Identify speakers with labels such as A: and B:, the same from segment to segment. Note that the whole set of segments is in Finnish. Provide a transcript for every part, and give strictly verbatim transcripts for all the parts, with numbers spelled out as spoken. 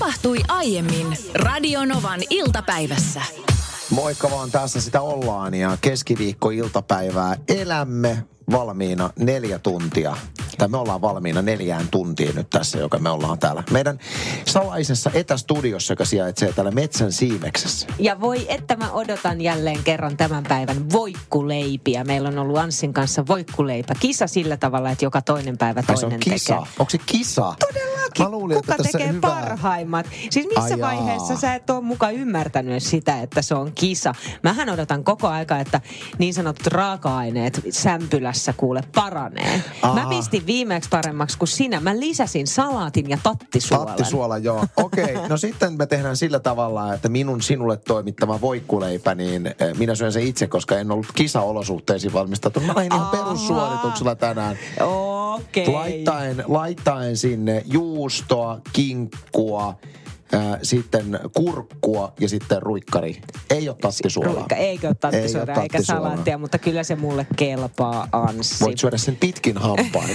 A: tapahtui aiemmin Radionovan iltapäivässä.
B: Moikka vaan, tässä sitä ollaan ja keskiviikko-iltapäivää elämme valmiina neljä tuntia. Tai me ollaan valmiina neljään tuntiin nyt tässä, joka me ollaan täällä meidän salaisessa etästudiossa, joka sijaitsee täällä metsän siimeksessä.
C: Ja voi, että mä odotan jälleen kerran tämän päivän voikkuleipiä. Meillä on ollut Anssin kanssa voikkuleipä. Kisa sillä tavalla, että joka toinen päivä toinen
B: se on kisa.
C: tekee.
B: Onko se kisa?
C: Todellakin.
B: Mä luulin,
C: Kuka
B: että
C: tekee
B: hyvää...
C: parhaimmat? Siis missä
B: Ai
C: vaiheessa
B: jaa.
C: sä et ole mukaan ymmärtänyt sitä, että se on kisa? Mähän odotan koko aika, että niin sanotut raaka-aineet sämpylässä kuule paranee.
B: Aa.
C: Mä pistin viimeksi paremmaksi kuin sinä. Mä lisäsin salaatin ja tattisuolan.
B: Tattisuola, joo. Okei, okay. No sitten me tehdään sillä tavalla, että minun sinulle toimittama voikkuleipä, niin eh, minä syön sen itse, koska en ollut kisaolosuhteisiin valmistautunut. Mä lähdin ihan
C: Aha.
B: perussuorituksella tänään.
C: Okei. Okay.
B: Laittaen, laittaen sinne juustoa, kinkkua, ää, sitten kurkkua ja sitten ruikkari. Ei ole tattisuolaa.
C: Ruikka, eikö ole tattisuolaa eikä
B: tattisuolaa.
C: salaattia, mutta kyllä se mulle kelpaa, Anssi.
B: Voit syödä sen pitkin hampain.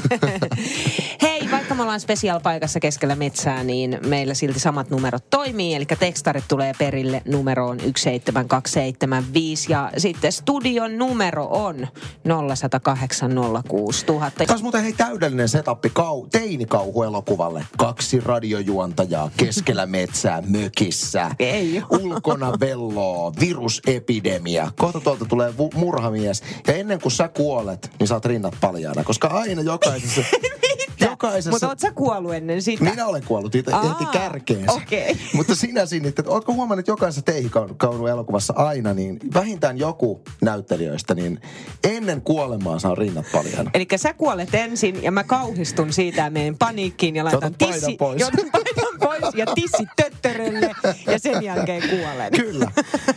C: Hei, vaikka me ollaan special-paikassa keskellä metsää, niin meillä silti samat numerot toimii. Eli tekstarit tulee perille numeroon yksi seitsemän kaksi seitsemän viisi ja sitten studion numero on nolla yksi nolla kahdeksan nolla kuusi nolla nolla nolla.
B: Taas muuten hei täydellinen setappi kau, teinikauhuelokuvalle. Kaksi radiojuontajaa keskellä metsää mökissä.
C: Ei oo.
B: Ulkona velloo, virusepidemia. Kohta tuolta tulee vu- murhamies. Ja ennen kuin sä kuolet, niin saat rinnat paljaana. Koska aina jokaisessa... jokaisessa...
C: Mutta oot sä kuollut ennen sitä?
B: Minä olen kuollut itse heti kärkeensä.
C: Okay.
B: Mutta sinä sinit, että ootko huomannut, että jokaisessa teihikaudun elokuvassa aina, niin vähintään joku näyttelijöistä, niin ennen kuolemaa saa rinnat paljaana.
C: Eli sä kuolet ensin ja mä kauhistun siitä ja menen paniikkiin ja laitan
B: otat paidan
C: tissi,
B: pois.
C: joudun paidan pois ja tissi töttörölle ja sen jälkeen kuolen.
B: Kyllä.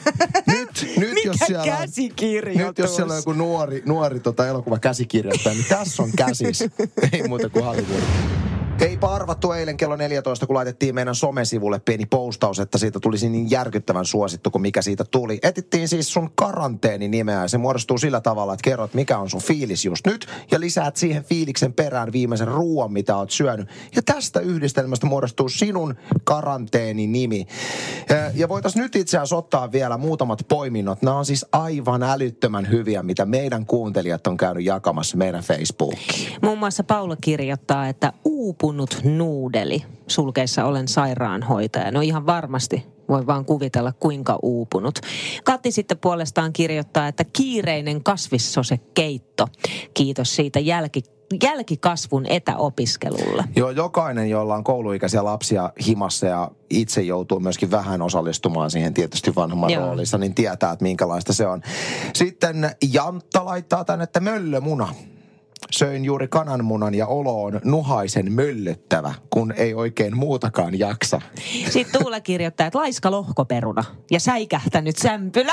B: Nyt, nyt,
C: Mikä
B: jos siellä on,
C: käsikirjoitus?
B: nyt jos siellä on joku nuori, nuori tota elokuva käsikirjoittaja, niin tässä on käsis. Ei muuta kuin Hollywood. Eipä arvattu eilen kello neljätoista, kun laitettiin meidän somesivulle pieni postaus, että siitä tulisi niin järkyttävän suosittu kuin mikä siitä tuli. Etittiin siis sun karanteeninimeä ja se muodostuu sillä tavalla, että kerrot mikä on sun fiilis just nyt ja lisäät siihen fiiliksen perään viimeisen ruoan, mitä oot syönyt. Ja tästä yhdistelmästä muodostuu sinun karanteeninimi. Ja, ja voitaisiin nyt itse asiassa ottaa vielä muutamat poiminnot. Nämä on siis aivan älyttömän hyviä, mitä meidän kuuntelijat on käynyt jakamassa meidän Facebookiin.
C: Muun muassa Paula kirjoittaa, että uupunut nuudeli, sulkeissa olen sairaanhoitaja. No ihan varmasti voi vaan kuvitella, kuinka uupunut. Kati sitten puolestaan kirjoittaa, että kiireinen kasvissosekeitto. Kiitos siitä jälki, jälkikasvun etäopiskelulle.
B: Joo, jokainen, jolla on kouluikäisiä lapsia himassa ja itse joutuu myöskin vähän osallistumaan siihen tietysti vanhemman
C: Joo.
B: roolissa, niin tietää, että minkälaista se on. Sitten Jantta laittaa tänne, että möllömuna. Söin juuri kananmunan ja olo on nuhaisen möllöttävä, kun ei oikein muutakaan jaksa.
C: Sitten Tuula kirjoittaa, että laiska lohkoperuna ja säikähtänyt sämpylä.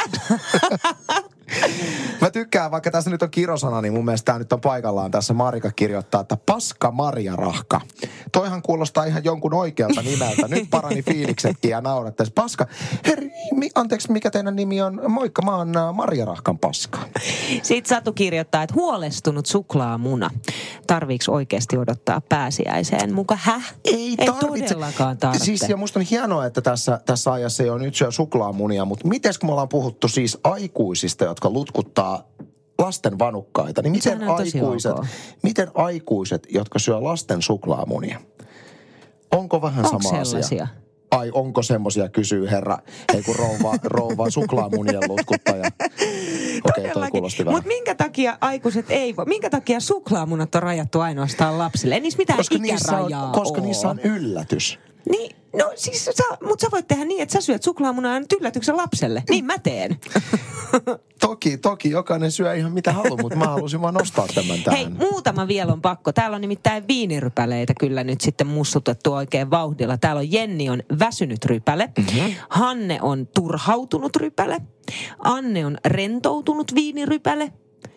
B: Mä tykkään, vaikka tässä nyt on kirosana, niin mun mielestä tää nyt on paikallaan. Tässä Marika kirjoittaa, että paska marjarahka. Toihan kuulostaa ihan jonkun oikealta nimeltä. Nyt parani fiiliksetkin ja naurattaisi. Paska, herri, mi, anteeksi, mikä teidän nimi on? Moikka, mä oon uh, Marjarahkan paska.
C: Sitten Satu kirjoittaa, että huolestunut suklaamuna. Tarviiko oikeasti odottaa pääsiäiseen muka? Häh?
B: Ei,
C: ei
B: tarvitse.
C: todellakaan tarvitse.
B: Siis, ja musta on hienoa, että tässä, tässä ajassa ei ole nyt syö suklaamunia, mutta miten kun me ollaan puhuttu siis aikuisista, jotka lutkuttaa lasten vanukkaita, niin miten aikuiset, miten aikuiset, jotka syö lasten suklaamunia? Onko vähän
C: Onko
B: sama
C: sellaisia?
B: asia? Ai, onko semmoisia, kysyy herra, ei kun rouva, rouva suklaamunien lutkuttaja. Okei, toi kuulosti vähän.
C: Mutta minkä takia aikuiset ei voi, minkä takia suklaamunat on rajattu ainoastaan lapsille? Ei niissä mitään
B: koska niissä
C: ikärajaa
B: on, Koska
C: oo.
B: niissä on yllätys.
C: Niin, no siis sä, mut sä voit tehdä niin, että sä syöt suklaamunaa nyt yllätyksen lapselle. Niin mä teen.
B: Toki, toki, jokainen syö ihan mitä haluaa, mutta mä halusin vaan nostaa tämän tähän.
C: Hei, muutama vielä on pakko. Täällä on nimittäin viinirypäleitä kyllä nyt sitten mussutettu oikein vauhdilla. Täällä on Jenni on väsynyt rypäle. Mm-hmm. Hanne on turhautunut rypäle. Anne on rentoutunut viinirypäle.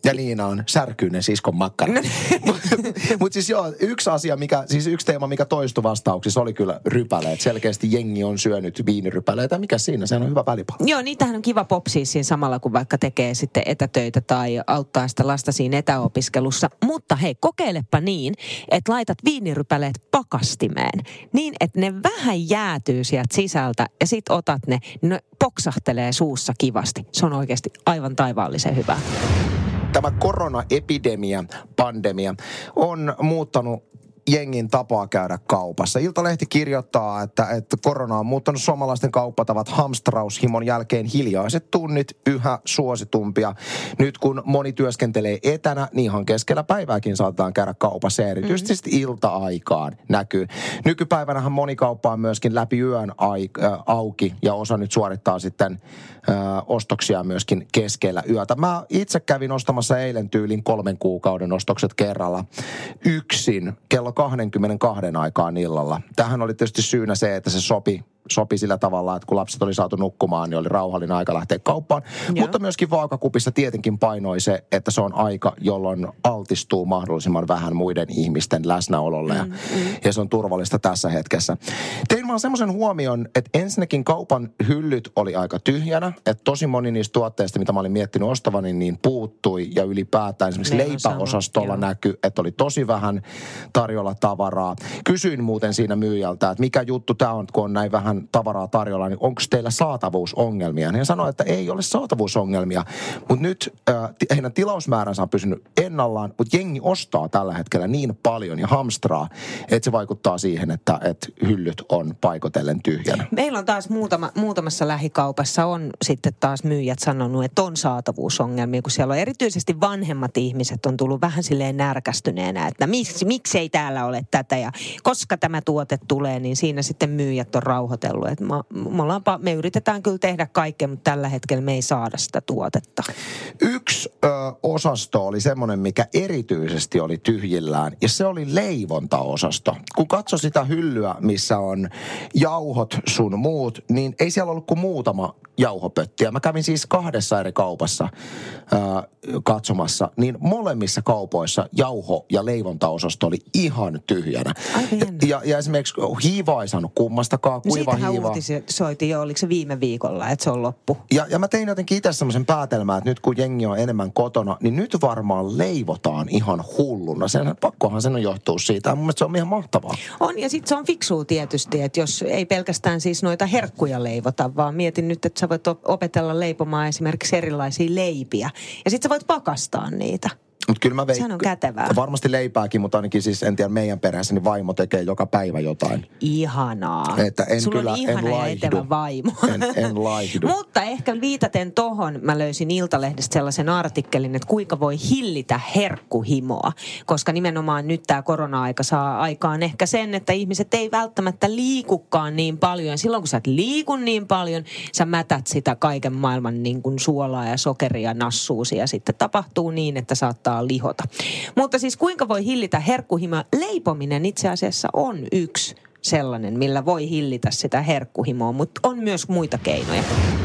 B: Ja Niina on särkyinen siskon makkara. Mutta mut siis joo, yksi asia, mikä, siis yksi teema, mikä toistui vastauksissa oli kyllä rypäleet. Selkeästi jengi on syönyt viinirypäleitä. Mikä siinä? Sehän on hyvä välipala.
C: Joo, niitähän on kiva popsia siinä samalla, kun vaikka tekee sitten etätöitä tai auttaa sitä lasta siinä etäopiskelussa. Mutta hei, kokeilepa niin, että laitat viinirypäleet pakastimeen. Niin, että ne vähän jäätyy sieltä sisältä ja sit otat ne, niin ne poksahtelee suussa kivasti. Se on oikeasti aivan taivaallisen hyvä.
B: Tämä koronaepidemia, pandemia, on muuttanut jengin tapaa käydä kaupassa. Iltalehti kirjoittaa, että, että korona on muuttanut suomalaisten kauppatavat hamstraushimon jälkeen hiljaiset tunnit yhä suositumpia. Nyt kun moni työskentelee etänä, niin ihan keskellä päivääkin saatetaan käydä kaupassa ja erityisesti mm-hmm. ilta-aikaan näkyy. Nykypäivänähän moni kauppa on myöskin läpi yön aik- äh, auki ja osa nyt suorittaa sitten äh, ostoksia myöskin keskellä yötä. Mä itse kävin ostamassa eilen tyylin kolmen kuukauden ostokset kerralla yksin kello kaksikymmentäkaksi aikaan illalla. Tähän oli tietysti syynä se, että se sopi, sopi sillä tavalla, että kun lapset oli saatu nukkumaan, niin oli rauhallinen aika lähteä kauppaan. Joo. Mutta myöskin vaakakupissa tietenkin painoi se, että se on aika, jolloin altistuu mahdollisimman vähän muiden ihmisten läsnäololle. Mm, mm. Ja se on turvallista tässä hetkessä. Tein vaan semmoisen huomion, että ensinnäkin kaupan hyllyt oli aika tyhjänä. Että tosi moni niistä tuotteista, mitä mä olin miettinyt ostavani, niin puuttui. Ja ylipäätään esimerkiksi Meillä leipäosastolla näkyi, että oli tosi vähän tarjolla tavaraa. Kysyin muuten siinä myyjältä, että mikä juttu tämä on, kun on näin vähän tavaraa tarjolla, niin onko teillä saatavuusongelmia? Niin hän sanoi, että ei ole saatavuusongelmia, mutta nyt äh, heidän tilausmääränsä on pysynyt ennallaan, mutta jengi ostaa tällä hetkellä niin paljon ja hamstraa, että se vaikuttaa siihen, että, että hyllyt on paikotellen tyhjänä.
C: Meillä on taas muutama, muutamassa lähikaupassa on sitten taas myyjät sanonut, että on saatavuusongelmia, kun siellä on erityisesti vanhemmat ihmiset on tullut vähän silleen närkästyneenä, että miksi, miksi ei täällä ole tätä ja koska tämä tuote tulee, niin siinä sitten myyjät on rauhoitellut. Että me, me, ollaanpa, me yritetään kyllä tehdä kaikkea, mutta tällä hetkellä me ei saada sitä tuotetta.
B: Yksi ö, osasto oli semmoinen, mikä erityisesti oli tyhjillään, ja se oli leivontaosasto. Kun katsoi sitä hyllyä, missä on jauhot sun muut, niin ei siellä ollut kuin muutama jauhopöttiä. Mä kävin siis kahdessa eri kaupassa ö, katsomassa, niin molemmissa kaupoissa jauho- ja leivontaosasto oli ihan tyhjänä. Ja, ja esimerkiksi hiiva ei saanut kummastakaan, kuiva
C: no
B: hiiva.
C: Uutisoitiin jo, oliko se viime viikolla, että se on loppu.
B: Ja, ja mä tein jotenkin itse semmoisen päätelmän, että nyt kun jengi on enemmän kotona, niin nyt varmaan leivotaan ihan hulluna. Sen, pakkohan sen on johtuu siitä. Mun mielestä se on ihan mahtavaa.
C: On, ja sitten se on fiksua tietysti, että jos ei pelkästään siis noita herkkuja leivota, vaan mietin nyt, että sä voit opetella leipomaan esimerkiksi erilaisia leipiä. Ja sitten sä voit pakastaa niitä.
B: Mut kyllä mä veik-
C: Sehän on kätevää.
B: Varmasti leipääkin, mutta ainakin siis en tiedä meidän perheessä, niin vaimo tekee joka päivä jotain.
C: Ihanaa.
B: Että en
C: Sulla
B: kyllä,
C: on ihana
B: en
C: ja
B: laihdu.
C: etevä vaimo.
B: En, en laihdu.
C: Mutta ehkä viitaten tohon, mä löysin Iltalehdestä sellaisen artikkelin, että kuinka voi hillitä herkkuhimoa. Koska nimenomaan nyt tämä korona-aika saa aikaan ehkä sen, että ihmiset ei välttämättä liikukaan niin paljon. Ja silloin kun sä et liiku niin paljon, sä mätät sitä kaiken maailman niin kuin suolaa ja sokeria nassuusi. Ja sitten tapahtuu niin, että saattaa lihota. Mutta siis kuinka voi hillitä herkkuhimoa? Leipominen itse asiassa on yksi sellainen, millä voi hillitä sitä herkkuhimoa, mutta on myös muita keinoja.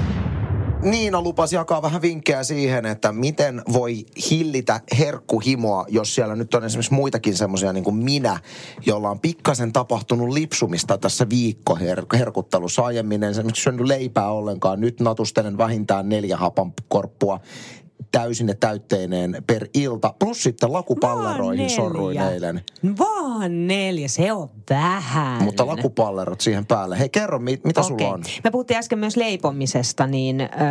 B: Niina lupasi jakaa vähän vinkkejä siihen, että miten voi hillitä herkkuhimoa, jos siellä nyt on esimerkiksi muitakin semmoisia niin kuin minä, jolla on pikkasen tapahtunut lipsumista tässä viikkoherkuttelussa. Aiemmin en esimerkiksi syönyt leipää ollenkaan. Nyt natustelen vähintään neljä hapankorppua täysin ja täytteineen per ilta. Plus sitten lakupalleroihin sorruin eilen.
C: Vaan neljä, se on vähän.
B: Mutta lakupallerot siihen päälle. Hei, kerro, mit, mitä
C: okay.
B: sulla on?
C: Me puhuttiin äsken myös leipomisesta, niin Öö,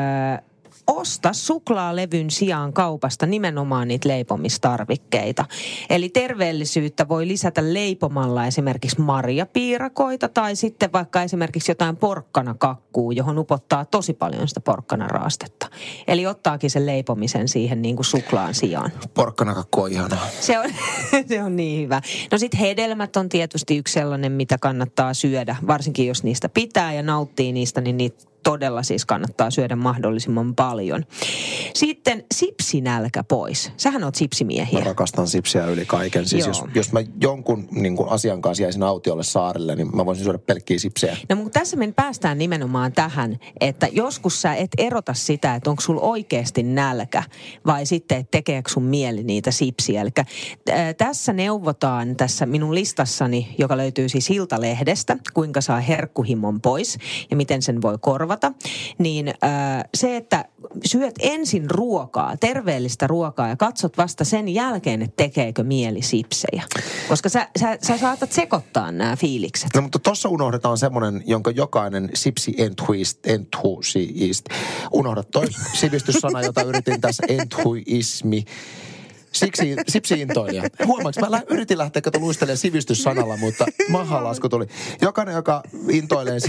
C: osta suklaalevyn sijaan kaupasta nimenomaan niitä leipomistarvikkeita. Eli terveellisyyttä voi lisätä leipomalla esimerkiksi marjapiirakoita tai sitten vaikka esimerkiksi jotain porkkanakakkuu, johon upottaa tosi paljon sitä porkkanaraastetta. Eli ottaakin sen leipomisen siihen niin kuin suklaan sijaan.
B: Porkkanakakku on ihanaa.
C: Se on, se on niin hyvä. No sit hedelmät on tietysti yksi sellainen, mitä kannattaa syödä, varsinkin jos niistä pitää ja nauttii niistä, niin niitä todella siis kannattaa syödä mahdollisimman paljon. Sitten sipsinälkä pois. Sähän oot sipsimiehiä.
B: Mä rakastan sipsiä yli kaiken. Siis jos, jos mä jonkun niin kuin asian kanssa jäisin autiolle saarelle, niin mä voisin syödä pelkkiä sipsiä.
C: No mutta tässä me päästään nimenomaan tähän, että joskus sä et erota sitä, että onko sulla oikeasti nälkä vai sitten, että tekeekö sun mieli niitä sipsiä. Eli äh, tässä neuvotaan tässä minun listassani, joka löytyy siis Iltalehdestä, kuinka saa herkkuhimon pois ja miten sen voi korvata, niin äh, se, että syöt ensin ruokaa, terveellistä ruokaa ja katsot vasta sen jälkeen, että tekeekö mieli sipsejä. Koska sä, sä, sä saatat sekoittaa nämä fiilikset.
B: No mutta tuossa unohdetaan semmoinen, jonka jokainen sipsi enthusiast, unohda toi sivistyssana, jota yritin tässä, enthuismi. Siksi sipsi-intoilija. Huomaatko, mä lä- yritin lähteä kato luistelemaan sivistyssanalla, mutta mahalasku tuli. Jokainen, joka intoilee...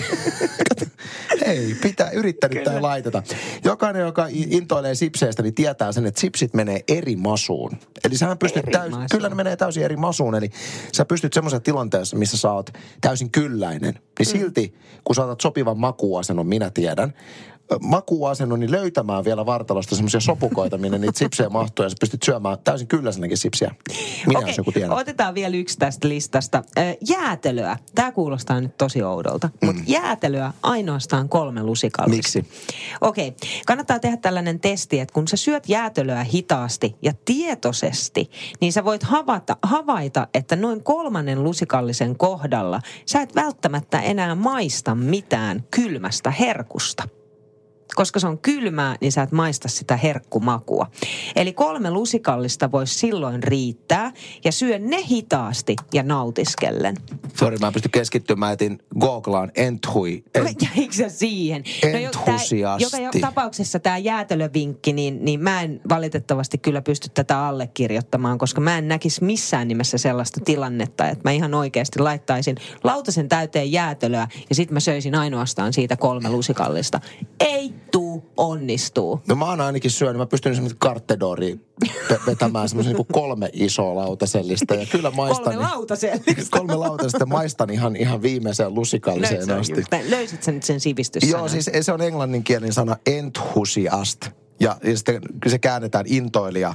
B: Ei, pitää yrittänyt tai laiteta. Jokainen, joka intoilee sipseistä, niin tietää sen, että sipsit menee eri masuun. Eli sähän pystyt täysin... Kyllä ne menee täysin eri masuun. Eli sä pystyt semmoisessa tilanteessa, missä sä oot täysin kylläinen. Niin silti, kun sä otat sopivan makuasennon, minä tiedän, makuasennon, niin löytämään vielä vartalosta semmoisia sopukoita, minne niitä sipsejä mahtuu, ja sä pystyt syömään täysin kylläisenäkin sipsiä. Minä
C: Okei,
B: jos joku tiedä.
C: Otetaan vielä yksi tästä listasta. Jäätelöä. Tämä kuulostaa nyt tosi oudolta, mm. mutta jäätelöä ainoastaan kolme lusikallista.
B: Miksi?
C: Okei, kannattaa tehdä tällainen testi, että kun sä syöt jäätelöä hitaasti ja tietoisesti, niin sä voit havaita, havaita, että noin kolmannen lusikallisen kohdalla sä et välttämättä enää maista mitään kylmästä herkusta. Koska se on kylmää, niin sä et maista sitä herkkumakua. Eli kolme lusikallista voisi silloin riittää ja syö ne hitaasti ja nautiskellen.
B: Sori, mä en pysty keskittymään, etin googlaan enthui.
C: Ent... Jäikö sä siihen?
B: Enthusiasti.
C: No, joka jo, tapauksessa tämä jäätelövinkki, niin, niin mä en valitettavasti kyllä pysty tätä allekirjoittamaan, koska mä en näkisi missään nimessä sellaista tilannetta, että mä ihan oikeasti laittaisin lautasen täyteen jäätelöä ja sitten mä söisin ainoastaan siitä kolme lusikallista. Ei tuu onnistuu.
B: No mä oon ainakin syönyt, mä pystyn esimerkiksi karttedoriin vetämään semmoisen niin kolme isoa lautasellista. Ja kyllä maistan...
C: Kolme lautasellista.
B: Kolme lautasellista maistan ihan, ihan viimeiseen lusikalliseen asti.
C: Löysit sen sen sivistyssanan?
B: Joo, siis se on englanninkielinen sana enthusiast. Ja, ja sitten se käännetään intoilija.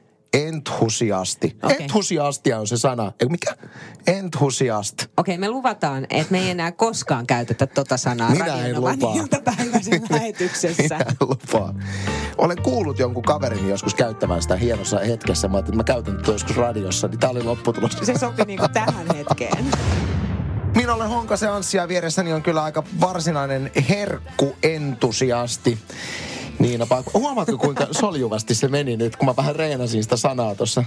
B: Enthusiasti. Okay. Enthusiastia on se sana. Mikä? Enthusiast.
C: Okei, okay, me luvataan, että me ei enää koskaan käytetä tota sanaa
B: Minä en lupaa.
C: iltapäiväisen lähetyksessä.
B: Minä en lupaa. Olen kuullut jonkun kaverini joskus käyttämään sitä hienossa hetkessä. Mä ajattelin, että mä käytän tätä joskus radiossa, niin tää oli lopputulos.
C: Se sopi niinku tähän hetkeen.
B: Minä olen Honkasen Anssi ja vieressäni on kyllä aika varsinainen herkkuentusiasti. Niina Paakko. Huomaatko, kuinka soljuvasti se meni nyt, kun mä vähän reenasin sitä sanaa tuossa?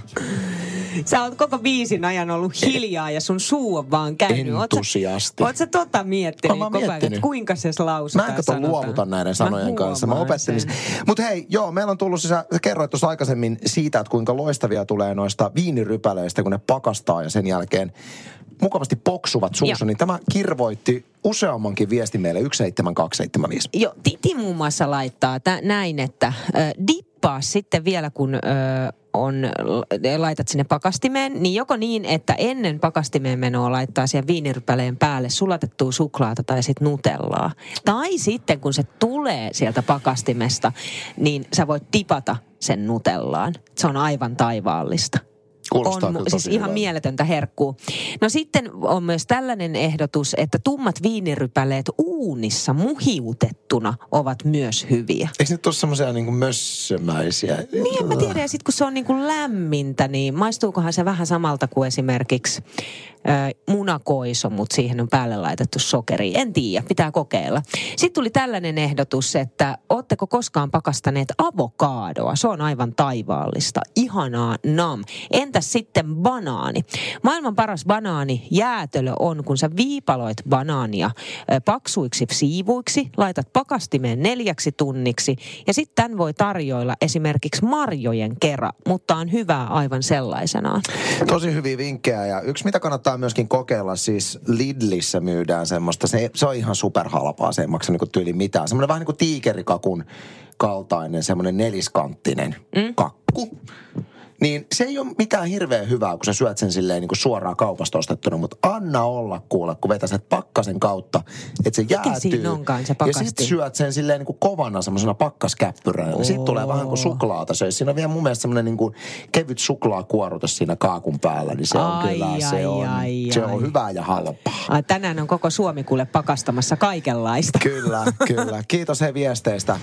C: Sä oot koko biisin ajan ollut hiljaa ja sun suu on vaan käynyt.
B: Entusiasti.
C: Oot sä tota miettinyt koko ajan, että kuinka se lausutaan?
B: Mä en kato luovuta näiden sanojen mä kanssa. Mä opettelin. Mutta hei, joo, meillä on tullut, sä kerroit tuossa aikaisemmin siitä, että kuinka loistavia tulee noista viinirypäleistä, kun ne pakastaa ja sen jälkeen mukavasti poksuvat suussa, niin tämä kirvoitti useammankin viesti meille yksi seitsemän kaksi seitsemän viisi.
C: Joo, Titi muun muassa laittaa tä, näin, että äh, dippaa sitten vielä, kun äh, on, laitat sinne pakastimeen, niin joko niin, että ennen pakastimeen menoa laittaa siihen viinirypäleen päälle sulatettua suklaata tai sitten nutellaa. Tai sitten, kun se tulee sieltä pakastimesta, niin sä voit tipata sen nutellaan. Se on aivan taivaallista.
B: Kuulostaa
C: on siis ihan hyvä. Mieletöntä herkkuu. No sitten on myös tällainen ehdotus, että tummat viinirypäleet uunissa muhiutettuna ovat myös hyviä.
B: Eikö nyt ole semmoisia niin kuin mössömäisiä?
C: Niin, en mä tiedä. Ja sitten kun se on niin kuin lämmintä, niin maistuukohan se vähän samalta kuin esimerkiksi äh, munakoiso, mutta siihen on päälle laitettu sokeri. En tiedä, pitää kokeilla. Sitten tuli tällainen ehdotus, että ootteko koskaan pakastaneet avokaadoa? Se on aivan taivaallista. Ihanaa nam. Entäs sitten banaani? Maailman paras banaani jäätelö on, kun sä viipaloit banaania paksuiksi siivuiksi, laitat pakastimeen neljäksi tunniksi ja sitten tämän voi tarjoilla esimerkiksi marjojen kera, mutta on hyvää aivan sellaisenaan.
B: Tosi hyviä vinkkejä ja yksi mitä kannattaa myöskin kokeilla, siis Lidlissä myydään semmoista, se, se on ihan superhalpaa, se ei maksa niinku tyyli mitään. Semmoinen vähän niin kuin tiikerikakun kaltainen, semmoinen neliskanttinen mm. kakku. Niin se ei ole mitään hirveän hyvää, kun sä syöt sen silleen niin kuin suoraan kaupasta ostettuna, mutta anna olla kuule, kun vetäset pakkasen kautta, että se
C: Mikä
B: jäätyy.
C: siinä onkaan se
B: ja
C: pakastin?
B: sit syöt sen silleen niin kuin kovana semmoisena pakkaskäppyränä. Oh. Sitten tulee vähän kuin suklaata söisi. Siinä on vielä mun mielestä semmoinen niin kuin kevyt suklaakuorute siinä kaakun päällä, niin se on
C: ai,
B: kyllä,
C: ai,
B: se on,
C: ai,
B: se
C: ai.
B: on hyvää ja halpaa.
C: Ai, tänään on koko Suomi kuule pakastamassa kaikenlaista.
B: Kyllä, kyllä. Kiitos hei viesteistä.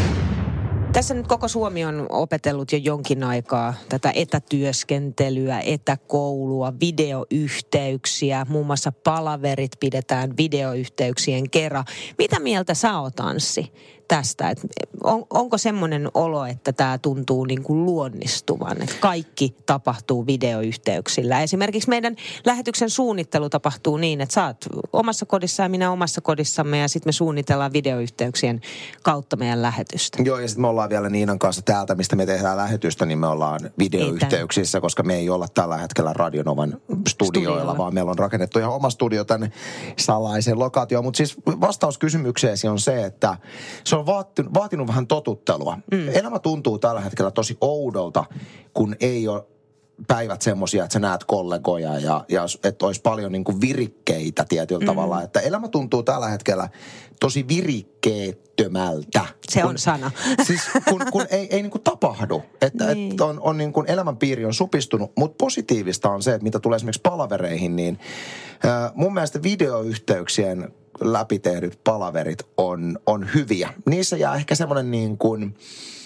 C: Tässä nyt koko Suomi on opetellut jo jonkin aikaa tätä etätyöskentelyä, etäkoulua, videoyhteyksiä. Muun muassa palaverit pidetään videoyhteyksien kera. Mitä mieltä sä oot, Anssi, tästä? Et on, onko semmoinen olo, että tämä tuntuu niin kuin luonnistuvan, että kaikki tapahtuu videoyhteyksillä? Esimerkiksi meidän lähetyksen suunnittelu tapahtuu niin, että sä oot omassa kodissa ja minä omassa kodissamme ja sitten me suunnitellaan videoyhteyksien kautta meidän lähetystä.
B: Joo, ja sitten me ollaan vielä Niinan kanssa täältä, mistä me tehdään lähetystä, niin me ollaan videoyhteyksissä, koska me ei olla tällä hetkellä Radio Novan studioilla, studioilla, vaan meillä on rakennettu ihan oma studio tänne salaiseen lokaatioon. Mutta siis vastaus kysymykseesi on se, että se on vaatinut, vaatinut vähän totuttelua. Mm. Elämä tuntuu tällä hetkellä tosi oudolta, kun ei ole päivät semmoisia, että sä näet kollegoja ja, ja että olisi paljon niin kuin virikkeitä tietyllä mm. tavalla. Että elämä tuntuu tällä hetkellä tosi virikkeettömältä.
C: Se
B: kun,
C: on sana.
B: Siis kun, kun ei, ei niin kuin tapahdu. Että niin. et on, on niin kuin elämänpiiri on supistunut. Mutta positiivista on se, että mitä tulee esimerkiksi palavereihin, niin äh, mun mielestä videoyhteyksien läpi tehdyt palaverit on, on hyviä. Niissä jää ehkä semmoinen niin kuin,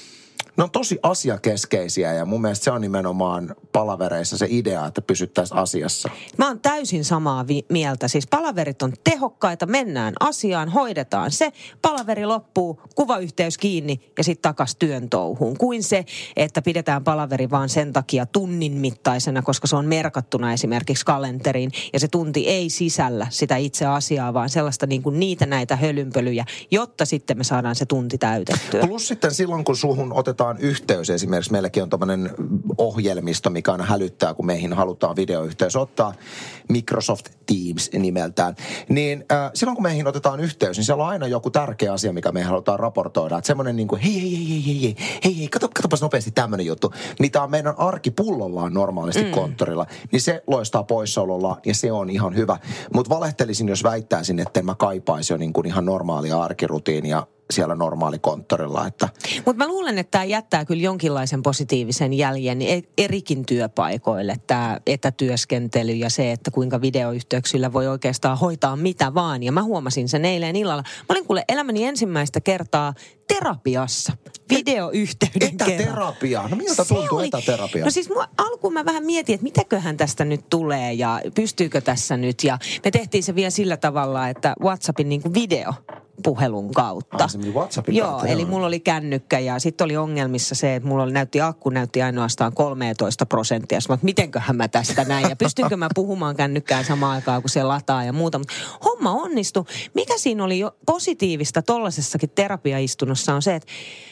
B: ne on tosi asiakeskeisiä ja mun mielestä se on nimenomaan palavereissa se idea, että pysyttäisiin asiassa.
C: Mä oon täysin samaa vi- mieltä. Siis palaverit on tehokkaita, mennään asiaan, hoidetaan se, palaveri loppuu, kuvayhteys kiinni ja sitten takas työn touhuun. Kuin se, että pidetään palaveri vaan sen takia tunnin mittaisena, koska se on merkattuna esimerkiksi kalenteriin ja se tunti ei sisällä sitä itse asiaa, vaan sellaista niin kuin niitä näitä hölynpölyjä, jotta sitten me saadaan se tunti täytettyä.
B: Plus sitten silloin, kun suhun otetaan yhteys, esimerkiksi meilläkin on tämmöinen ohjelmisto, mikä aina hälyttää, kun meihin halutaan videoyhteys ottaa, Microsoft Teams nimeltään, niin äh, silloin kun meihin otetaan yhteys, niin siellä on aina joku tärkeä asia, mikä me halutaan raportoida. Että semmoinen niin kuin, hei, hei, hei, hei, hei, hei, hei, kato, katsopas nopeasti tämmöinen juttu. Niin tämä on meidän arkipullollaan normaalisti mm. konttorilla. Niin se loistaa poissaolollaan ja se on ihan hyvä. Mutta valehtelisin, jos väittäisin, että en mä kaipaisi jo niin kuin ihan normaalia arkirutiinia siellä normaalikonttorilla. Että
C: mutta mä luulen, että tämä jättää kyllä jonkinlaisen positiivisen jäljen erikin työpaikoille, tämä etätyöskentely ja se, että kuinka videoyhteyksillä voi oikeastaan hoitaa mitä vaan. Ja mä huomasin sen eilen illalla. Mä olin kuule elämäni ensimmäistä kertaa terapiassa. Videoyhteyden
B: Etäterapia? No miltä tuntuu oli etäterapia?
C: No siis mua, alkuun mä vähän mietin, että mitäköhän tästä nyt tulee ja pystyykö tässä nyt. Ja me tehtiin se vielä sillä tavalla, että WhatsAppin niin kuin video puhelun kautta.
B: Ah, se meni WhatsAppin
C: Joo,
B: kautta.
C: eli mulla oli kännykkä ja sitten oli ongelmissa se, että mulla oli, näytti akku näytti ainoastaan kolmetoista prosenttia. Mä, että mitenköhän mä tästä näin ja pystynkö mä puhumaan kännykkään samaan aikaan, kun se lataa ja muuta. Mutta homma onnistui. Mikä siinä oli jo positiivista tollaisessakin terapiaistunnossa on se, että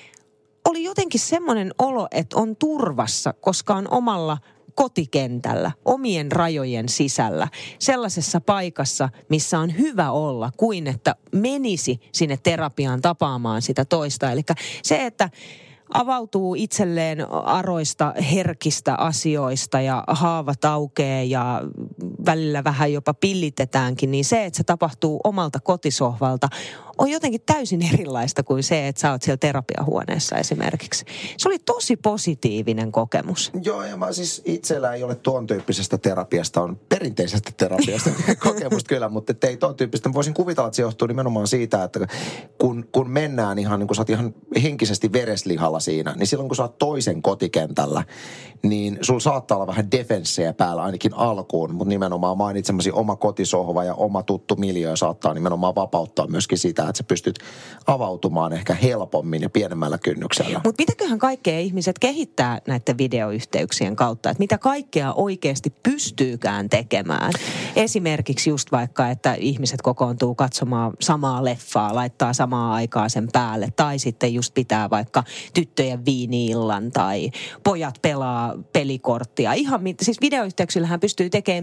C: oli jotenkin semmoinen olo, että on turvassa, koska on omalla kotikentällä, omien rajojen sisällä, sellaisessa paikassa, missä on hyvä olla, kuin että menisi sinne terapiaan tapaamaan sitä toista. Eli se, että avautuu itselleen aroista, herkistä asioista ja haavat aukeaa ja välillä vähän jopa pillitetäänkin, niin se, että se tapahtuu omalta kotisohvalta, on jotenkin täysin erilaista kuin se, että sä oot siellä terapiahuoneessa esimerkiksi. Se oli tosi positiivinen kokemus.
B: Joo, ja mä siis itsellä ei ole tuon tyyppisestä terapiasta, on perinteisestä terapiasta kokemusta kyllä, mutta ei tuon tyyppistä. Mä voisin kuvitella, että se johtuu nimenomaan siitä, että kun, kun mennään ihan, niin kun sä oot ihan henkisesti vereslihalla siinä, niin silloin kun sä oot toisen kotikentällä, niin sulla saattaa olla vähän defenssejä päällä ainakin alkuun, mutta nimenomaan mainitsemasi oma kotisohva ja oma tuttu miljöö saattaa nimenomaan vapauttaa myöskin sitä, että sä pystyt avautumaan ehkä helpommin ja pienemmällä kynnyksellä.
C: Mutta mitäköhän kaikkea ihmiset kehittää näiden videoyhteyksien kautta? Että mitä kaikkea oikeasti pystyykään tekemään? Esimerkiksi just vaikka, että ihmiset kokoontuu katsomaan samaa leffaa, laittaa samaa aikaa sen päälle. Tai sitten just pitää vaikka tyttöjen viini-illan tai pojat pelaa pelikorttia. Ihan mit- siis videoyhteyksillähän pystyy tekemään mitä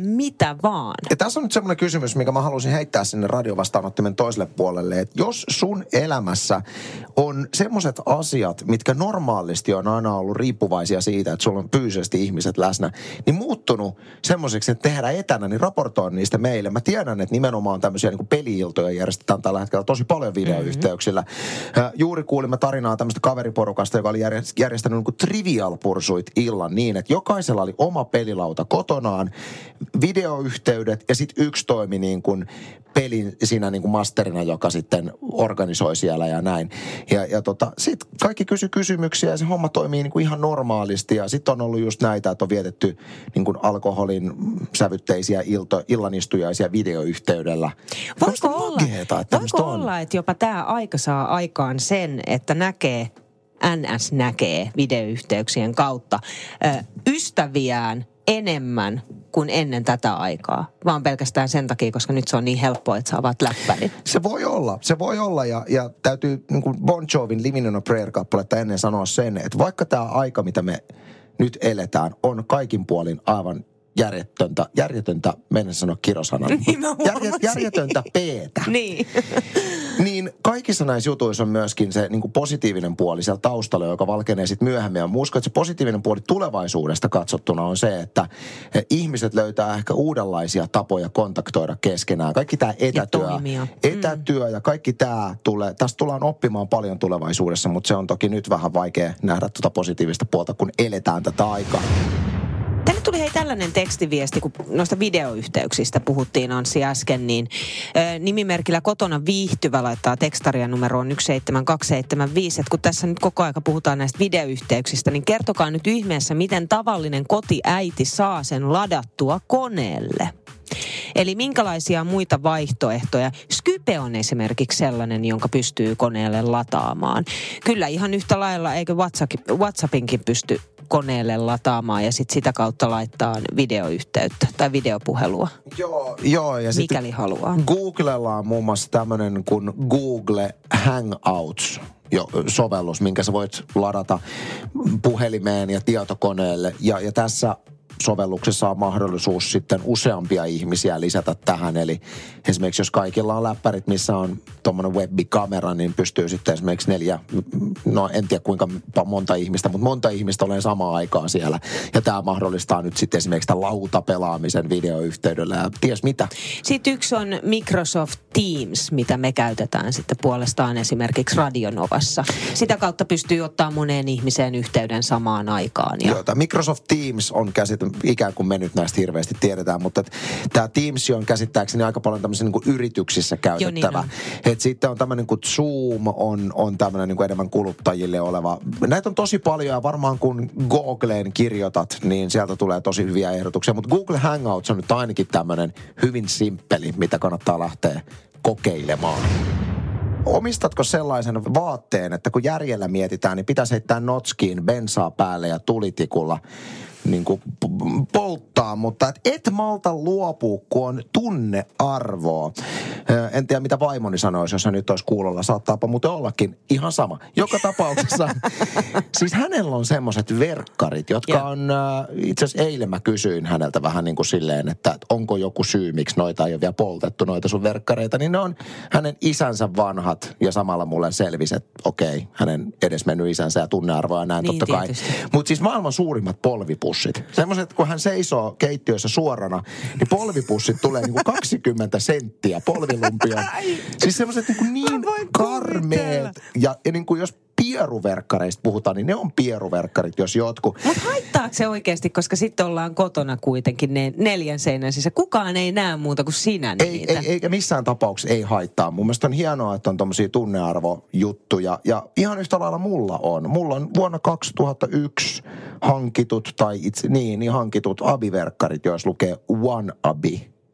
C: mitä vaan.
B: Ja tässä on nyt semmoinen kysymys, mikä mä halusin heittää sinne radiovastaanottimen toiselle puolelle, että jos sun elämässä on semmoiset asiat, mitkä normaalisti on aina ollut riippuvaisia siitä, että sulla on fyysisesti ihmiset läsnä, niin muuttunut semmoiseksi, että tehdään etänä, niin raportoi niistä meille. Mä tiedän, että nimenomaan tämmöisiä niin kuin peli-iltoja järjestetään tällä hetkellä tosi paljon videoyhteyksillä. Mm-hmm. Juuri kuulimme tarinaa tämmöistä kaveriporukasta, joka oli järjestänyt niin kuin Trivial Pursuit illan niin, että jokaisella oli oma pelilauta kotonaan, videoyhteydet ja sitten yksi toimi niin kuin pelin siinä niin kuin masterina, joka sitten organisoi siellä ja näin. Ja, ja tota, sitten kaikki kysy kysymyksiä ja se homma toimii niin kuin ihan normaalisti. Ja sitten on ollut just näitä, että on vietetty niin kuin alkoholin sävytteisiä ilto, illanistujaisia videoyhteydellä.
C: Voiko olla,
B: mageeta, että
C: voiko olla, että jopa tämä aika saa aikaan sen, että näkee, N S näkee videoyhteyksien kautta ö, ystäviään enemmän kuin ennen tätä aikaa, vaan pelkästään sen takia, koska nyt se on niin helppoa, että saavat läppärin.
B: Se voi olla, se voi olla ja, ja täytyy niin kuin Bon Jovin Living on a Prayer-kappaletta ennen sanoa sen, että vaikka tämä aika, mitä me nyt eletään, on kaikin puolin aivan järjetöntä, järjetöntä, mennä sanoa kirosanan, Järjet, järjetöntä peetä.
C: Niin.
B: Niin kaikissa näissä jutuissa on myöskin se niin kuin positiivinen puoli siellä taustalla, joka valkenee sitten myöhemmin. Ja uskon, että se positiivinen puoli tulevaisuudesta katsottuna on se, että ihmiset löytää ehkä uudenlaisia tapoja kontaktoida keskenään. Kaikki tämä etätyö, ja etätyö ja kaikki tämä tulee, tästä tullaan oppimaan paljon tulevaisuudessa, mutta se on toki nyt vähän vaikea nähdä tuota positiivista puolta, kun eletään tätä aikaa.
C: Tänne tuli hei tällainen tekstiviesti, kun noista videoyhteyksistä puhuttiin Anssi äsken, niin ö, nimimerkillä kotona viihtyvä laittaa tekstaria numeroon yksi seitsemän kaksi seitsemän viisi, että kun tässä nyt koko aika puhutaan näistä videoyhteyksistä, niin kertokaa nyt ihmeessä, miten tavallinen kotiäiti saa sen ladattua koneelle. Eli minkälaisia muita vaihtoehtoja? Skype on esimerkiksi sellainen, jonka pystyy koneelle lataamaan. Kyllä ihan yhtä lailla, eikö WhatsAppinkin pysty koneelle lataamaan ja sitten sitä kautta laittaa videoyhteyttä tai videopuhelua.
B: Joo, joo ja
C: mikäli haluaa.
B: Googlella on muun muassa tämmöinen kuin Google Hangouts. Jo, sovellus, minkä sä voit ladata puhelimeen ja tietokoneelle. Ja, ja tässä sovelluksessa on mahdollisuus sitten useampia ihmisiä lisätä tähän. Eli esimerkiksi jos kaikilla on läppärit, missä on tuommoinen webbikamera, niin pystyy sitten esimerkiksi neljä, no en tiedä kuinka monta ihmistä, mutta monta ihmistä olen samaan aikaan siellä. Ja tämä mahdollistaa nyt sitten esimerkiksi tämän lautapelaamisen videoyhteydellä ja ties mitä.
C: Sitten yksi on Microsoft Teams, mitä me käytetään sitten puolestaan esimerkiksi Radionovassa. Sitä kautta pystyy ottaa moneen ihmiseen yhteyden samaan aikaan. Ja...
B: Joo, tämä Microsoft Teams on käsit ikään kuin me nyt näistä hirveästi tiedetään, mutta tämä Teams on käsittääkseni aika paljon tämmöisiä niin kuin yrityksissä käytettävä.
C: Jo, niin
B: että sitten on tämmöinen kuin Zoom on, on tämmöinen niin kuin enemmän kuluttajille oleva. Näitä on tosi paljon ja varmaan kun Googleen kirjoitat, niin sieltä tulee tosi hyviä ehdotuksia. Mutta Google Hangouts on nyt ainakin tämmöinen hyvin simppeli, mitä kannattaa lähteä kokeilemaan. Omistatko sellaisen vaatteen, että kun järjellä mietitään, niin pitäisi heittää notskiin bensaa päälle ja tulitikulla niin kuin polttaa, mutta et, et malta luopua, kun on tunnearvoa. En tiedä, mitä vaimoni sanoisi, jos hän nyt olisi kuulolla. Saattaapa muuten ollakin ihan sama. Joka tapauksessa, siis hänellä on semmoiset verkkarit, jotka yeah. on, itse asiassa eilen mä kysyin häneltä vähän niin kuin silleen, että onko joku syy, miksi noita ei ole vielä poltettu, noita sun verkkareita, niin ne on hänen isänsä vanhat ja samalla mulle selvisi, että okei, hänen edesmennyt isänsä ja tunnearvoa ja näin
C: niin,
B: totta kai. Mutta siis maailman suurimmat polvipussit. Semmoiset, kun hän seisoo keittiössä suorana, niin polvipussit tulee niinku kaksikymmentä senttiä polvilumpia. Siis semmoiset niinku niin karmeet. Ja, ja niinku jos pieruverkkareista puhutaan, niin ne on pieruverkkarit, jos jotkut.
C: Mutta haittaako se oikeasti, koska sitten ollaan kotona kuitenkin ne neljän seinän sisällä. Kukaan ei näe muuta kuin sinä niitä.
B: Ei, ei, eikä missään tapauksessa ei haittaa. Mun mielestä on hienoa, että on tommosia tunnearvojuttuja. Ja ihan yhtä lailla mulla on. Mulla on vuonna kaksituhattayksi hankitut, tai itse niin, niin hankitut abiverkkarit, joissa lukee One Abi.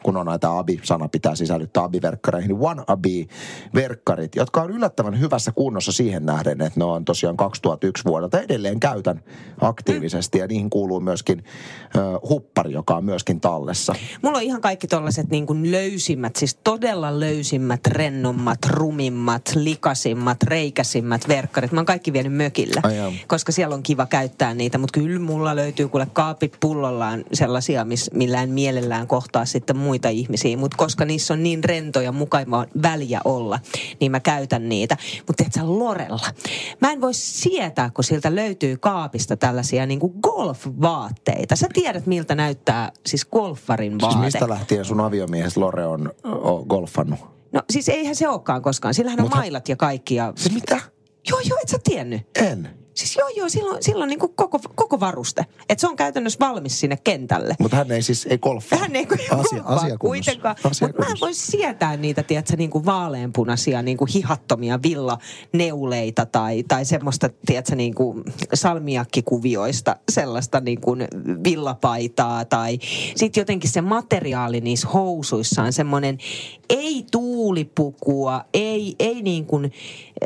B: kun on näitä abi-sana pitää sisällyttää abi-verkkareihin, niin One-abi-verkkarit, jotka on yllättävän hyvässä kunnossa siihen nähden, että ne on tosiaan kaksituhattayksi vuodelta. Edelleen käytän aktiivisesti ja niihin kuuluu myöskin uh, huppari, joka on myöskin tallessa.
C: Mulla on ihan kaikki tollaiset niin kuin löysimmät, siis todella löysimmät, rennommat, rumimmat, likasimmat, reikäsimmät verkkarit. Mä oon kaikki vienyt mökillä,
B: Ai jaa.
C: koska siellä on kiva käyttää niitä, mutta kyllä mulla löytyy kuule kaapit pullollaan sellaisia, miss, millään mielellään kohtaa sitten muita ihmisiä, mutta koska niissä on niin rentoja mukava väliä olla, niin mä käytän niitä. Mutta tiedätkö Lorella? Mä en voi sietää, kun siltä löytyy kaapista tällaisia niin kuin golf-vaatteita. Sä tiedät, miltä näyttää siis golfarin vaate.
B: Siis mistä lähtien sun aviomiehes Lore on, on golfannut?
C: No siis eihän se olekaan koskaan. Sillähän on
B: Mut
C: mailat ja kaikki. Ja...
B: Siis mitä?
C: Joo, joo, et sä tiennyt.
B: En.
C: Siis joo, joo, silloin, silloin niin kuin koko, koko varuste. Että se on käytännössä valmis sinne kentälle.
B: Mutta hän ei siis, ei golfaa.
C: Hän ei
B: Asia, asia
C: kuitenkaan. Mutta mä en voi sietää niitä, tiedätkö, niin kuin vaaleanpunaisia, niin kuin hihattomia villaneuleita tai, tai semmoista, tiedätkö, niin kuin salmiakkikuvioista, sellaista niin kuin villapaitaa. Tai sitten jotenkin se materiaali niissä housuissa on semmoinen ei tuulipukua, ei, ei niin kuin...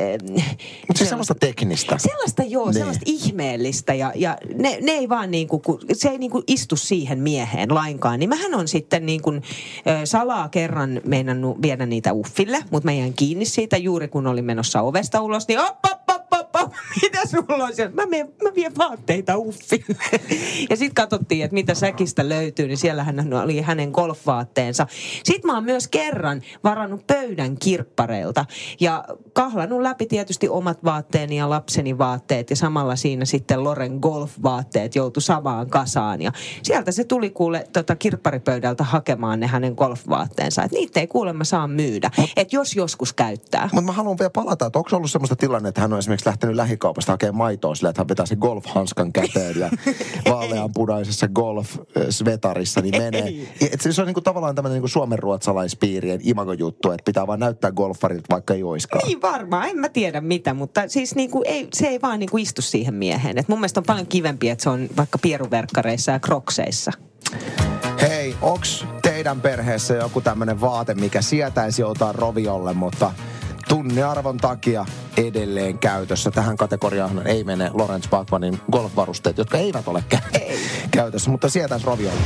B: Mutta se semmoista teknistä.
C: Sellaista joo,
B: ne.
C: sellaista ihmeellistä ja, ja ne, ne ei vaan niinku, se ei niinku istu siihen mieheen lainkaan. Niin mähän on sitten niinku salaa kerran meinannut viedä niitä uffille, mutta mä jäin kiinni siitä juuri kun olin menossa ovesta ulos, niin op, op, op, op, op, mitä sulla on siellä? Mä, meen, mä vien vaatteita uffille. Ja sitten katsottiin, että mitä säkistä löytyy, niin siellähän oli hänen golfvaatteensa. Sitten mä oon myös kerran varannut pöydän kirppareilta ja kahlannut läpi tietysti omat vaatteeni ja lapseni vaatteet ja samalla siinä sitten Loren golfvaatteet joutui samaan kasaan ja sieltä se tuli kuule tota kirpparipöydältä hakemaan ne hänen golfvaatteensa, että niitä ei kuulemma saa myydä, että jos joskus käyttää.
B: Mutta mä haluan vielä palata, että onko ollut semmoista tilanne, että hän on esimerkiksi lähtenyt lähikaupasta hakemaan maitoa sillä, että hän vetää sen golfhanskan käteen ja vaaleanpunaisessa golf-svetarissa niin menee. Et se on niinku tavallaan tämmöinen niinku suomenruotsalaispiirien imagojuttu, että pitää vaan näyttää golfarilta, vaikka ei oiskaan.
C: Niin varmaan, en mä tiedä mitä, mutta siis niinku ei, se ei vaan niinku istu siihen mieheen. Et mun mielestä on paljon kivempi, että se on vaikka pieruverkkareissa ja krokseissa.
B: Hei, onks teidän perheessä joku tämmönen vaate, mikä sietäisi jotain roviolle, mutta tunnearvon takia edelleen käytössä? Tähän kategoriaan ei mene Lorenz Backmanin golfvarusteet, jotka eivät ole kä- ei. käytössä, mutta sietäisi roviolle.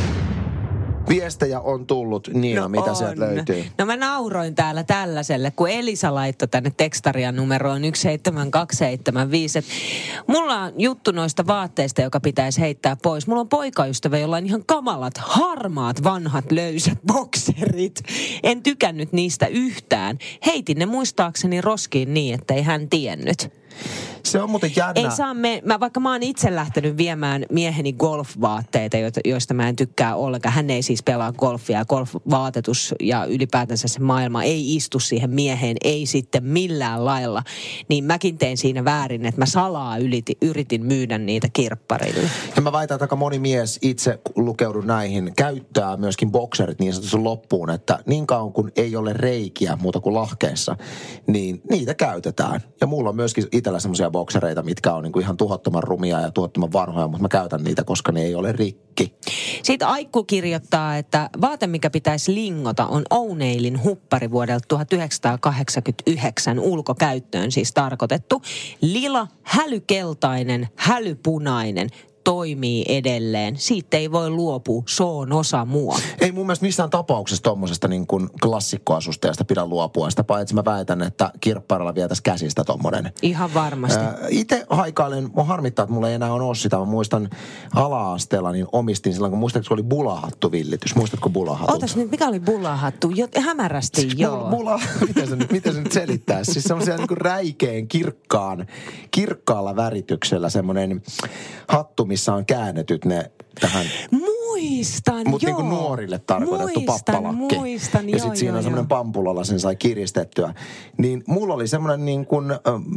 B: Viestejä on tullut, Niina, no mitä on. Sieltä löytyy?
C: No mä nauroin täällä tällaiselle, kun Elisa laittoi tänne tekstarian numeroon yksi seitsemän kaksi seitsemän viisi. Et mulla on juttu noista vaatteista, joka pitäisi heittää pois. Mulla on poikaystävä, jolla on ihan kamalat, harmaat, vanhat, löysät bokserit. En tykännyt niistä yhtään. Heitin ne muistaakseni roskiin niin, että ei hän tiennyt.
B: Se on muuten jännä.
C: Ei saa me, mä, vaikka mä oon itse lähtenyt viemään mieheni golfvaatteita, joista mä en tykkää ollenkaan. Hän ei siis pelaa golfia. Golfvaatetus ja ylipäätänsä se maailma ei istu siihen mieheen, ei sitten millään lailla. Niin mäkin tein siinä väärin, että mä salaa yliti, yritin myydä niitä kirpparille.
B: Ja mä väitän, että aika moni mies itse lukeudun näihin, käyttää myöskin bokserit niin sanotusti loppuun, että niin kauan kun ei ole reikiä muuta kuin lahkeessa, niin niitä käytetään. Ja mulla on myöskin itsellä semmoisia boksereita, mitkä on niinku ihan tuhottoman rumia ja tuhottoman vanhoja, mutta mä käytän niitä, koska ne ei ole rikki.
C: Sitten Aikku kirjoittaa, että vaate, mikä pitäisi lingota, on O'Neillin huppari vuodelta tuhatyhdeksänsataakahdeksankymmentäyhdeksän ulkokäyttöön siis tarkoitettu. Lila, hälykeltainen, hälypunainen. Toimii edelleen. Siitä ei voi luopua. Se on osa mua.
B: Ei mun mielestä missään tapauksessa tommosesta niin kuin klassikkoasustajasta pidä luopua. Sitä paitsi mä väitän, että kirpparilla vietäisi käsistä tommonen.
C: Ihan varmasti. Äh,
B: itse haikailen, mun harmittaa, että mulla ei enää ole sitä. Mä muistan ala-asteella, niin omistin silloin, kun muistatko oli bulahattu villitys. Muistatko bulahattu?
C: Ootas nyt, mikä oli bulahattu? Jo, hämärästi, siis joo.
B: Bula, miten, se nyt, miten se nyt selittää? Siis semmoisia niin kuin räikeän, kirkkaan, kirkkaalla värityksellä semmoinen hattu, missä on käännetyt ne tähän.
C: Muistan,
B: Mut
C: joo.
B: Mutta niin nuorille tarkoitettu
C: muistan,
B: pappalakki.
C: Muistan,
B: ja
C: sitten
B: siinä on semmoinen pampulalla, sen sai kiristettyä. Niin mulla oli semmoinen niin kuin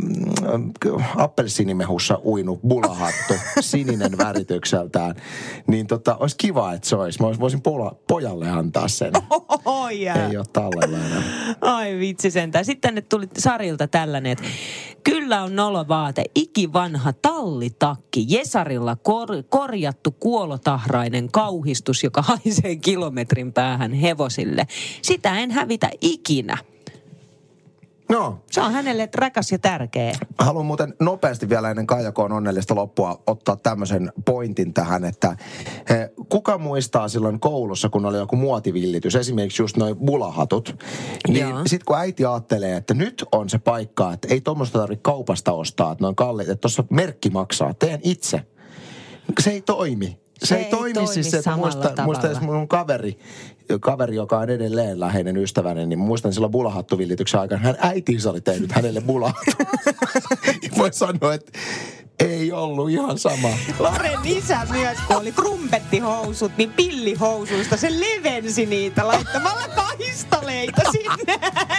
B: ähm, äh, appelsiinimehussa uinu bulahattu, sininen väritykseltään. Niin tota, olisi kiva, että se olisi. Mä voisin pola, pojalle antaa sen.
C: Oh, yeah.
B: Ei ole tallella enää.
C: Ai vitsi sentään. Sitten tänne tuli Sarilta tällainen, että kyllä on nolovaate, ikivanha tallitakki, Jesarilla kor- korjattu kuolotahrainen kaunis kauhistus, joka haisee kilometrin päähän hevosille. Sitä en hävitä ikinä.
B: No.
C: Se on hänelle rakas ja tärkeä.
B: Haluan muuten nopeasti vielä ennen Kaijakoon onnellista loppua ottaa tämmöisen pointin tähän, että he, kuka muistaa silloin koulussa, kun oli joku muotivillitys, esimerkiksi just noi bulahatut, niin sitten kun äiti ajattelee, että nyt on se paikka, että ei tuommoista tarvitse kaupasta ostaa, että noin kalliit, että tuossa merkki maksaa, teen itse. Se ei toimi. Se, se ei, ei toimi, toimi siis se, että muista, muista mun kaveri, kaveri, joka on edelleen läheinen ystäväni, niin muistan silloin bulahattuvillityksen aikana, hän äitinsä oli tehnyt hänelle bulahattu. Voi sanoa, että ei ollut ihan sama.
C: Loren isä myös, kun oli trumpettihousut, niin pillihousuista se levensi niitä laittamalla kahistoleita sinne.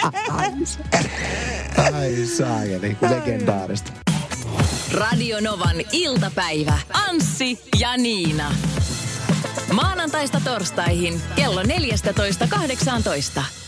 B: Ai saajeli, legendaarista.
A: Radio Novan iltapäivä. Anssi ja Niina. Maanantaista torstaihin kello neljätoista kahdeksantoista.